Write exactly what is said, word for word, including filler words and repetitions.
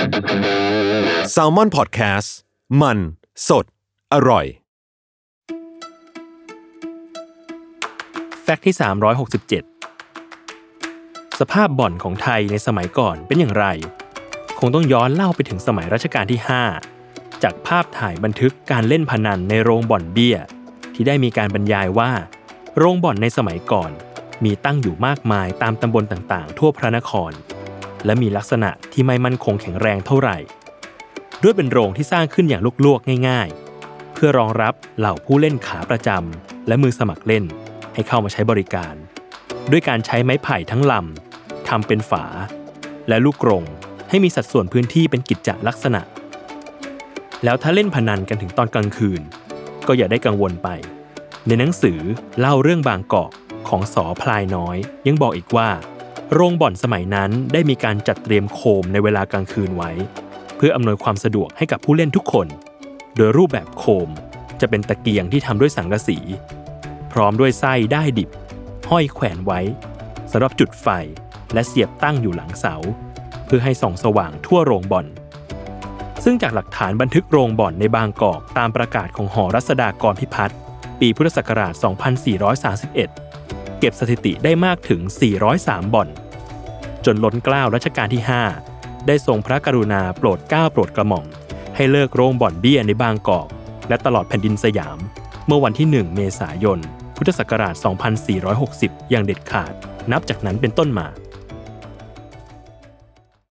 Salmon Podcast มันสดอร่อยแฟกต์ที่สามร้อยหกสิบเจ็ดสภาพบ่อนของไทยในสมัยก่อนเป็นอย่างไรคงต้องย้อนเล่าไปถึงสมัยรัชกาลที่ห้าจากภาพถ่ายบันทึกการเล่นพนันในโรงบ่อนเบี้ยที่ได้มีการบรรยายว่าโรงบ่อนในสมัยก่อนมีตั้งอยู่มากมายตามตำบลต่างๆทั่วพระนครและมีลักษณะที่ไม่มั่นคงแข็งแรงเท่าไหร่ด้วยเป็นโรงที่สร้างขึ้นอย่างลวกๆง่ายๆเพื่อรองรับเหล่าผู้เล่นขาประจำและมือสมัครเล่นให้เข้ามาใช้บริการด้วยการใช้ไม้ไผ่ทั้งลำทำเป็นฝาและลูกกรงให้มีสัดส่วนพื้นที่เป็นกิจจลักษณะแล้วถ้าเล่นพนันกันถึงตอนกลางคืนก็อย่าได้กังวลไปในหนังสือเล่าเรื่องบางกอกของส.พลายน้อยยังบอกอีกว่าโรงบ่อนสมัยนั้นได้มีการจัดเตรียมโคมในเวลากลางคืนไว้เพื่ออำนวยความสะดวกให้กับผู้เล่นทุกคนโดยรูปแบบโคมจะเป็นตะเกียงที่ทำด้วยสังกะสีพร้อมด้วยไส้ได้ดิบห้อยแขวนไว้สำหรับจุดไฟและเสียบตั้งอยู่หลังเสาเพื่อให้ส่องสว่างทั่วโรงบ่อนซึ่งจากหลักฐานบันทึกโรงบ่อนในบางกอกตามประกาศของหอรัศดากรพิพัฒน์ปีพุทธศักราชสองพันสี่ร้อยสามสิบเอ็ดเก็บสถิติได้มากถึงสี่ร้อยสามบ่อนจนล้นเกล้ารัชกาลที่ห้าได้ทรงพระกรุณาโปรดเกล้าโปรดกระหม่อมให้เลิกโรงบ่อนเบี้ยในบางกอกและตลอดแผ่นดินสยามเมื่อวันที่หนึ่งเมษายนพุทธศักราชสองพันสี่ร้อยหกสิบอย่างเด็ดขาดนับจากนั้นเป็นต้นมา